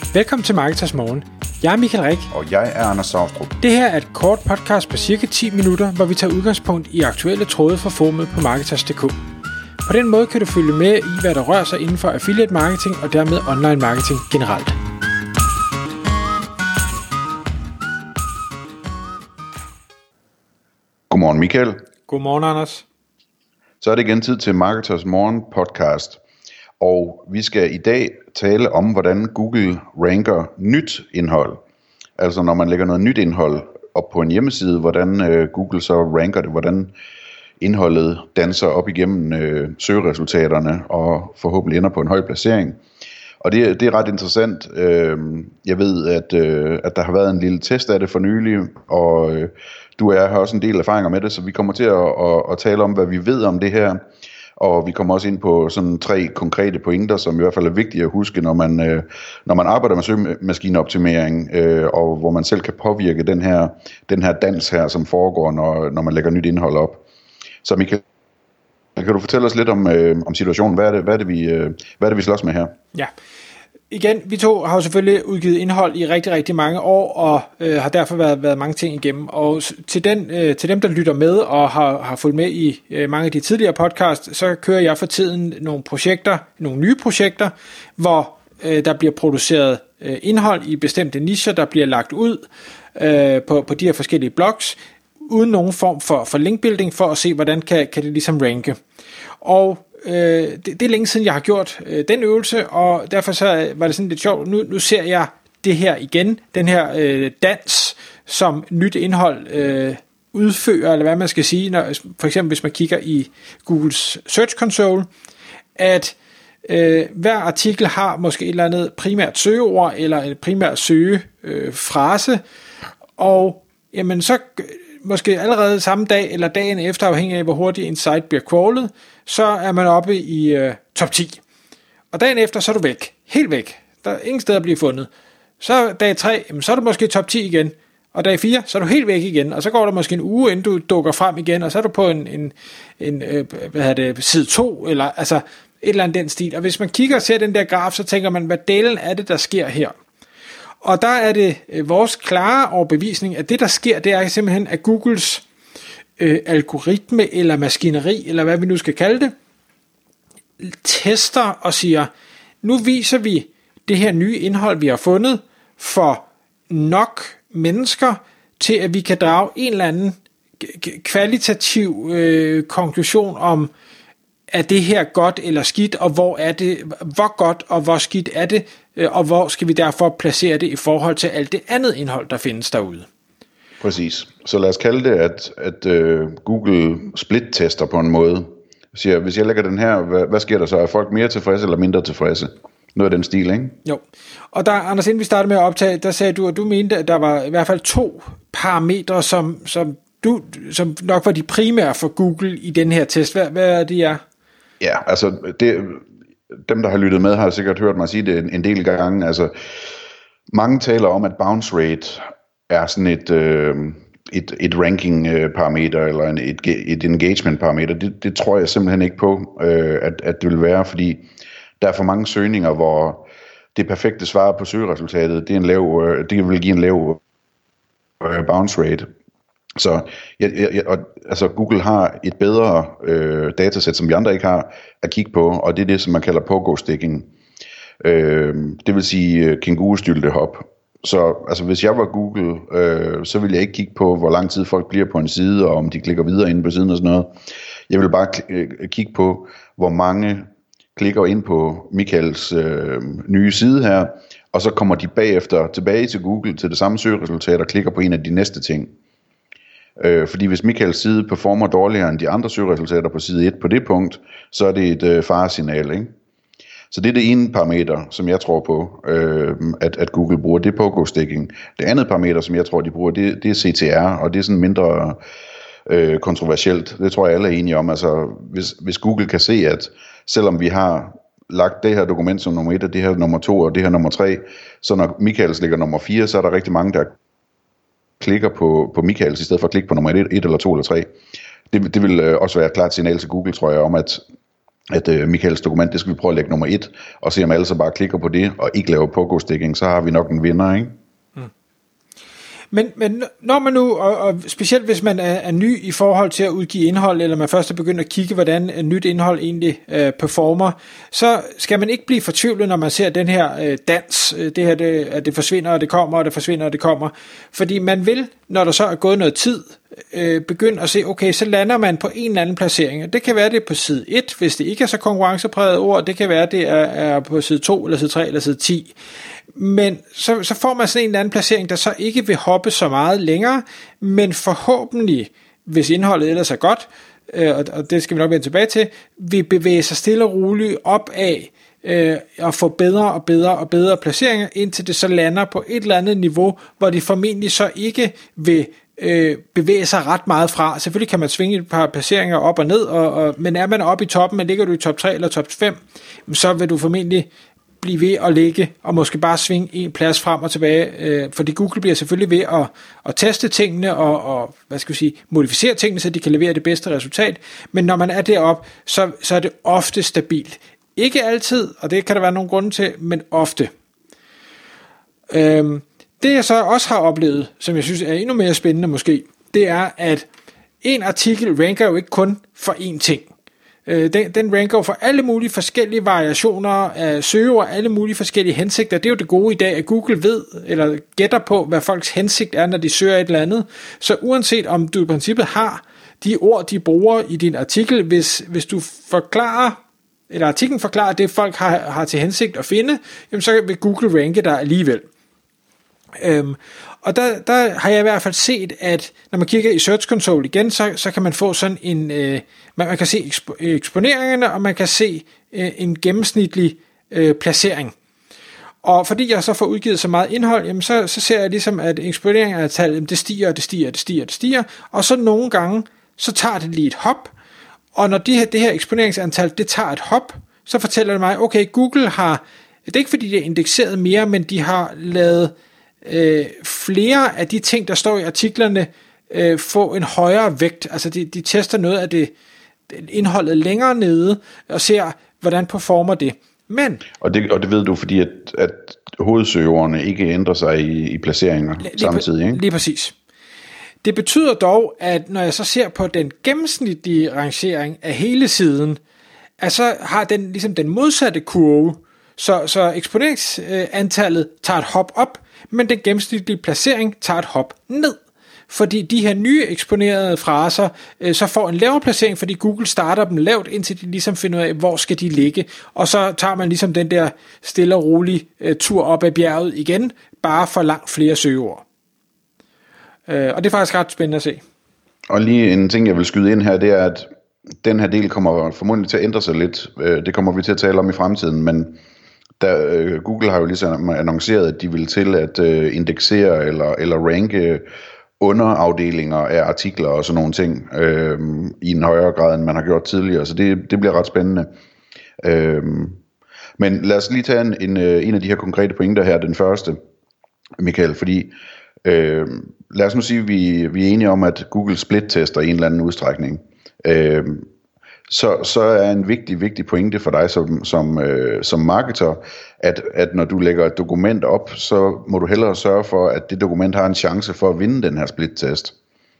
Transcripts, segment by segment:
Velkommen til Marketers Morgen. Jeg er Michael Rik. Og jeg er Anders Saustrup. Det her er et kort podcast på cirka 10 minutter, hvor vi tager udgangspunkt i aktuelle tråde fra forumet på Marketers.dk. På den måde kan du følge med i, hvad der rører sig inden for affiliate marketing og dermed online marketing generelt. Godmorgen Michael. Godmorgen Anders. Så er det igen tid til Marketers Morgen podcast. Og vi skal i dag tale om, hvordan Google ranker nyt indhold. Altså når man lægger noget nyt indhold op på en hjemmeside, hvordan Google så ranker det, hvordan indholdet danser op igennem søgeresultaterne og forhåbentlig ender på en høj placering. Og det er ret interessant. Jeg ved, at der har været en lille test af det for nylig, og du og jeg har også en del erfaringer med det, så vi kommer til at tale om, hvad vi ved om det her. Og vi kommer også ind på sådan 3 konkrete pointer, som i hvert fald er vigtige at huske, når man arbejder med søgemaskineoptimering, og hvor man selv kan påvirke den her dans her, som foregår, når man lægger nyt indhold op. Så Michael, kan du fortælle os lidt om situationen? Hvad er det, vi slås med her? Ja. Igen, vi to har jo selvfølgelig udgivet indhold i rigtig, rigtig mange år, og har derfor været mange ting igennem. Og til dem, der lytter med og har fulgt med i mange af de tidligere podcasts, så kører jeg for tiden nogle nye projekter, hvor der bliver produceret indhold i bestemte nicher, der bliver lagt ud på de her forskellige blogs, uden nogen form for linkbuilding, for at se, hvordan kan det ligesom ranke. Og det er længe siden, jeg har gjort den øvelse, og derfor så var det sådan lidt sjovt. Nu ser jeg det her igen, den her dans, som nyt indhold udfører, eller hvad man skal sige, for eksempel hvis man kigger i Googles Search Console, at hver artikel har måske et eller andet primært søgeord, eller en primær søgefrase, og jamen så måske allerede samme dag eller dagen efter, afhængig af hvor hurtigt en site bliver crawlet, så er man oppe i top 10. Og dagen efter, så er du væk. Helt væk. Der er ingen steder at blive fundet. Så dag 3, så er du måske top 10 igen. Og dag 4, så er du helt væk igen. Og så går der måske en uge, inden du dukker frem igen, og så er du på en side 2, eller altså et eller andet den stil. Og hvis man kigger og ser den der graf, så tænker man, hvad delen er det, der sker her? Og der er det vores klare overbevisning, at det der sker, det er simpelthen, at Googles algoritme eller maskineri, eller hvad vi nu skal kalde det, tester og siger, nu viser vi det her nye indhold, vi har fundet, for nok mennesker, til at vi kan drage en eller anden kvalitativ konklusion om, er det her godt eller skidt, og hvor godt og hvor skidt er det, og hvor skal vi derfor placere det i forhold til alt det andet indhold, der findes derude. Præcis. Så lad os kalde det, at Google split-tester på en måde. Siger, hvis jeg lægger den her, hvad sker der så? Er folk mere tilfredse eller mindre tilfredse? Noget af den stil, ikke? Jo. Og der, Anders, inden vi startede med at optage, der sagde du, at du mente, at der var i hvert fald 2 parametre, som nok var de primære for Google i den her test. Hvad er det, Ja, altså dem, der har lyttet med, har sikkert hørt mig sige det en del gange. Altså, mange taler om, at bounce rate er sådan et ranking parameter eller et engagement parameter. Det tror jeg simpelthen ikke på, at det vil være, fordi der er for mange søgninger, hvor det perfekte svar på søgeresultatet, det vil give en lav bounce rate. Så altså Google har et bedre datasæt, som vi andre ikke har, at kigge på, og det er det, som man kalder pogo-sticking. Det vil sige kængurustyltehop. Så altså, hvis jeg var Google, så ville jeg ikke kigge på, hvor lang tid folk bliver på en side, og om de klikker videre inde på siden og sådan noget. Jeg vil bare kigge på, hvor mange klikker ind på Michaels nye side her, og så kommer de bagefter tilbage til Google til det samme søgeresultat og klikker på en af de næste ting. Fordi hvis Michaels side performer dårligere end de andre søgeresultater på side 1 på det punkt, så er det et faresignal, ikke? Så det er det ene parameter, som jeg tror på, at Google bruger, det er pogo-sticking. Det andet parameter, som jeg tror, de bruger, det er CTR, og det er sådan mindre kontroversielt. Det tror jeg alle er enige om. Altså, hvis Google kan se, at selvom vi har lagt det her dokument som nummer 1, og det her nummer 2, og det her nummer 3, så når Michaels ligger nummer 4, så er der rigtig mange, der klikker på Michaels, i stedet for at klikke på nummer 1 eller 2 eller 3. Det vil også være et klart signal til Google, tror jeg, om at Michaels dokument, det skal vi prøve at lægge nummer 1, og se om alle så bare klikker på det, og ikke laver pogo-sticking, så har vi nok en vinder, ikke? Men når man nu, og specielt hvis man er ny i forhold til at udgive indhold, eller man først er begyndt at kigge, hvordan nyt indhold egentlig performer, så skal man ikke blive fortvivlet, når man ser den her dans, det her, at det forsvinder, og det kommer, og det forsvinder, og det kommer. Fordi man vil, når der så er gået noget tid, begynde at se, okay, så lander man på en eller anden placering. Det kan være, det er på side 1, hvis det ikke er så konkurrencepræget ord. Det kan være, det er på side 2, eller side 3, eller side 10. Men så får man sådan en eller anden placering, der så ikke vil hoppe så meget længere, men forhåbentlig, hvis indholdet ellers er godt, og det skal vi nok vende tilbage til, vil bevæge sig stille og roligt op af og få bedre og bedre og bedre placeringer, indtil det så lander på et eller andet niveau, hvor det formentlig så ikke vil bevæge sig ret meget fra. Selvfølgelig kan man svinge et par placeringer op og ned, men er man oppe i toppen, men ligger du i top 3 eller top 5, så vil du formentlig blive ved at ligge, og måske bare svinge en plads frem og tilbage, fordi Google bliver selvfølgelig ved at teste tingene, og hvad skal vi sige, modificere tingene, så de kan levere det bedste resultat, men når man er deroppe, så er det ofte stabilt. Ikke altid, og det kan der være nogle grunde til, men ofte. Det jeg så også har oplevet, som jeg synes er endnu mere spændende måske, det er, at en artikel ranker jo ikke kun for én ting. Den ranker for alle mulige forskellige variationer af søgeord, alle mulige forskellige hensigter. Det er jo det gode i dag, at Google ved, eller gætter på, hvad folks hensigt er, når de søger et eller andet. Så uanset om du i princippet har de ord, de bruger i din artikel, hvis du forklarer, eller artiklen forklarer det, folk har til hensigt at finde, jamen så vil Google ranke dig alligevel. Og der har jeg i hvert fald set, at når man kigger i Search Console igen, så kan man få sådan en, man kan se eksponeringerne, og man kan se en gennemsnitlig placering. Og fordi jeg så får udgivet så meget indhold, jamen så ser jeg ligesom, at eksponeringsantallet, det stiger, og så nogle gange, så tager det lige et hop, og når det her eksponeringsantal, det tager et hop, så fortæller det mig, okay, Google har, det er ikke fordi det er indekseret mere, men de har lavet flere af de ting, der står i artiklerne, få en højere vægt. Altså de tester noget af det indholdet længere nede, og ser, hvordan performer det. Men, og det ved du, fordi at hovedsøgerne ikke ændrer sig i placeringer samtidig, ikke? Lige præcis. Det betyder dog, at når jeg så ser på den gennemsnitlige rangering af hele siden, at så har den ligesom den modsatte kurve, så eksponeringsantallet tager et hop op, men den gennemsnitlige placering tager et hop ned. Fordi de her nye eksponerede fraser så får en lavere placering, fordi Google starter dem lavt, indtil de ligesom finder ud af, hvor skal de ligge. Og så tager man ligesom den der stille og rolig tur op ad bjerget igen, bare for langt flere søgeord. Og det er faktisk ret spændende at se. Og lige en ting, jeg vil skyde ind her, det er, at den her del kommer formodentlig til at ændre sig lidt. Det kommer vi til at tale om i fremtiden, men Google har jo ligesom annonceret, at de vil til at indeksere eller ranke underafdelinger af artikler og sådan nogle ting i en højere grad, end man har gjort tidligere. Så det bliver ret spændende. Men lad os lige tage en af de her konkrete pointer her, den første, Michael, fordi lad os nu sige, at vi er enige om, at Google split-tester i en eller anden udstrækning. Så er en vigtig pointe for dig som marketer, at når du lægger et dokument op, så må du hellere sørge for, at det dokument har en chance for at vinde den her split-test.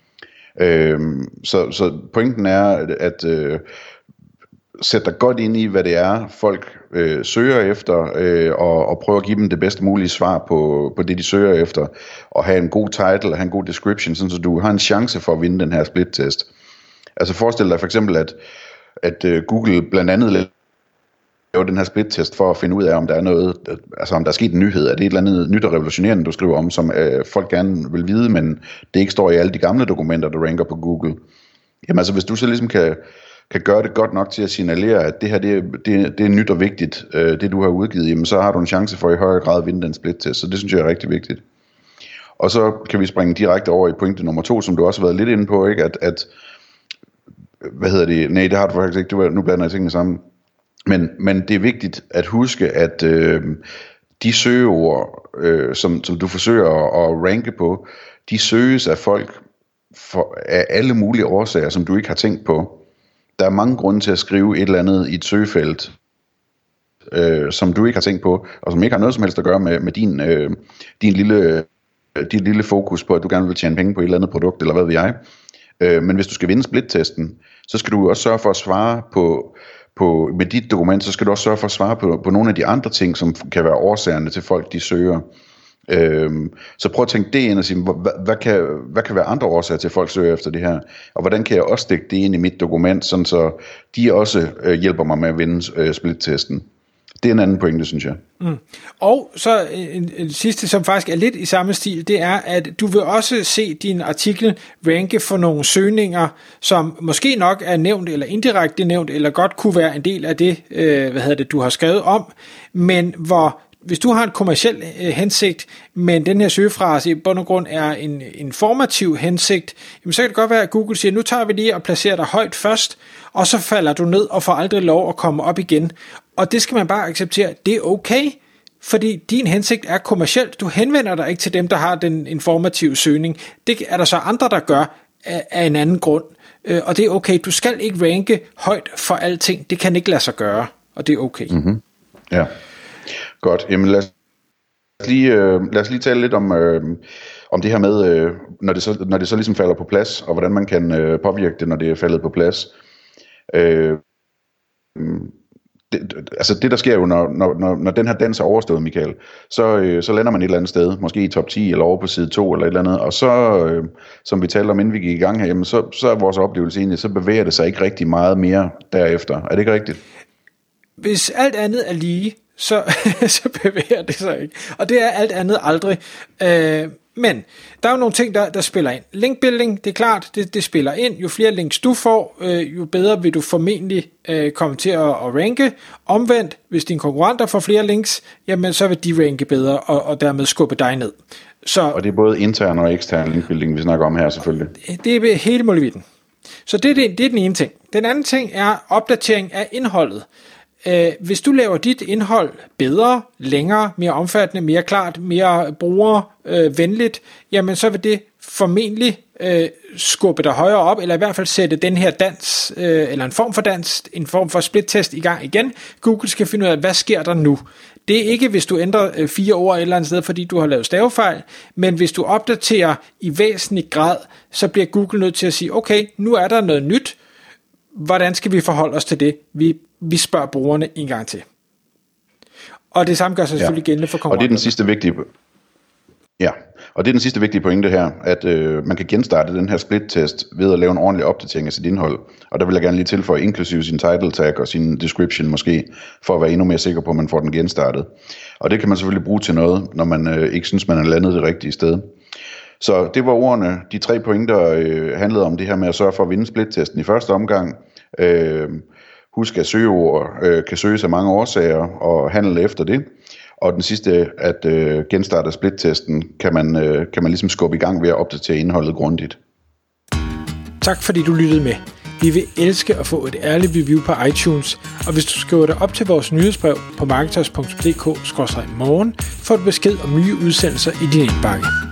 Så pointen er at sætte dig godt ind i, hvad det er, folk søger efter, og prøve at give dem det bedst mulige svar på det, de søger efter, og have en god title, og have en god description, så du har en chance for at vinde den her split-test. Altså forestil dig for eksempel, at Google blandt andet laver den her split-test for at finde ud af, om der er noget, altså om der er sket en nyhed, er det et eller andet nyt og revolutionerende, du skriver om, som folk gerne vil vide, men det ikke står i alle de gamle dokumenter, der ranker på Google. Jamen altså, hvis du så ligesom kan gøre det godt nok til at signalere, at det her det er nyt og vigtigt, det du har udgivet, jamen så har du en chance for i højere grad at vinde den split-test, så det synes jeg er rigtig vigtigt. Og så kan vi springe direkte over i pointe nummer 2, som du også har været lidt inde på, ikke? At hvad hedder det? Nej, det har du faktisk ikke. Nu blander jeg tingene sammen. Men det er vigtigt at huske, at de søgeord, som du forsøger at ranke på, de søges af folk af alle mulige årsager, som du ikke har tænkt på. der er mange grunde til at skrive et eller andet i et søgefelt, som du ikke har tænkt på, og som ikke har noget som helst at gøre med din lille fokus på, at du gerne vil tjene penge på et eller andet produkt, eller hvad ved jeg. Men hvis du skal vinde splittesten, så skal du også sørge for at svare på med dit dokument, så skal du også sørge for at svare på nogle af de andre ting, som kan være årsagerne til folk, de søger. Så prøv at tænke det ind og sige, hvad kan være andre årsager til, at folk søger efter det her, og hvordan kan jeg også stikke det ind i mit dokument, sådan så de også hjælper mig med at vinde splittesten. Det er en anden pointe, synes jeg. Og så en sidste, som faktisk er lidt i samme stil, det er, at du vil også se din artikel ranke for nogle søgninger, som måske nok er nævnt, eller indirekte nævnt, eller godt kunne være en del af det, du har skrevet om, men hvor hvis du har en kommerciel hensigt, men den her søgefrase i bund og grund er en informativ hensigt, jamen så kan det godt være, at Google siger, nu tager vi lige og placerer dig højt først, og så falder du ned og får aldrig lov at komme op igen. Og det skal man bare acceptere, det er okay, fordi din hensigt er kommercielt. Du henvender dig ikke til dem, der har den informative søgning. Det er der så andre, der gør af en anden grund. Og det er okay. Du skal ikke ranke højt for alting. Det kan ikke lade sig gøre, og det er okay. Mm-hmm. Ja. Godt, jamen lad os lige tale lidt om det her med, når det så ligesom falder på plads, og hvordan man kan påvirke det, når det er faldet på plads. Det der sker jo, når den her dans er overstået, Michael, så lander man et eller andet sted, måske i top 10 eller over på side 2 eller et eller andet, og så, som vi talte om, inden vi gik i gang her, jamen så er vores oplevelse egentlig, så bevæger det sig ikke rigtig meget mere derefter. Er det ikke rigtigt? Hvis alt andet er lige, så bevæger det sig ikke. Og det er alt andet aldrig. Men der er jo nogle ting, der spiller ind. Linkbuilding, det er klart, det spiller ind. Jo flere links du får, jo bedre vil du formentlig komme til at ranke. Omvendt, hvis dine konkurrenter får flere links, jamen så vil de ranke bedre, og dermed skubbe dig ned. Og det er både intern og ekstern linkbuilding, vi snakker om her selvfølgelig. Det er hele muligheden. Så det er den ene ting. Den anden ting er opdatering af indholdet. Hvis du laver dit indhold bedre, længere, mere omfattende, mere klart, mere brugervenligt, jamen så vil det formentlig skubbe dig højere op, eller i hvert fald sætte den her dans, eller en form for dans, en form for splittest i gang igen. Google skal finde ud af, hvad sker der nu? Det er ikke, hvis du ændrer 4 ord et eller andet sted, fordi du har lavet stavefejl, men hvis du opdaterer i væsentlig grad, så bliver Google nødt til at sige, okay, nu er der noget nyt, hvordan skal vi forholde os til det? Vi spørger brugerne en gang til. Og det samme gør sig selvfølgelig gældende for konkurrenter. Og det er den sidste vigtige. Ja, og det er den sidste vigtige pointe her, at man kan genstarte den her split-test ved at lave en ordentlig opdatering af sit indhold. Og der vil jeg gerne lige tilføje inklusive sin title tag og sin description måske, for at være endnu mere sikker på, at man får den genstartet. Og det kan man selvfølgelig bruge til noget, når man ikke synes, man er landet det rigtige sted. Så det var ordene. De 3 pointer handlede om det her med at sørge for at vinde split-testen i første omgang. Husk at søgeord kan søges af mange årsager og handle efter det. Og den sidste, at genstarte split-testen, kan man ligesom skubbe i gang ved at opdatere indholdet grundigt. Tak fordi du lyttede med. Vi vil elske at få et ærligt review på iTunes, og hvis du skriver dig op til vores nyhedsbrev på marketers.dk/morgen, får du besked om nye udsendelser i din indbakke.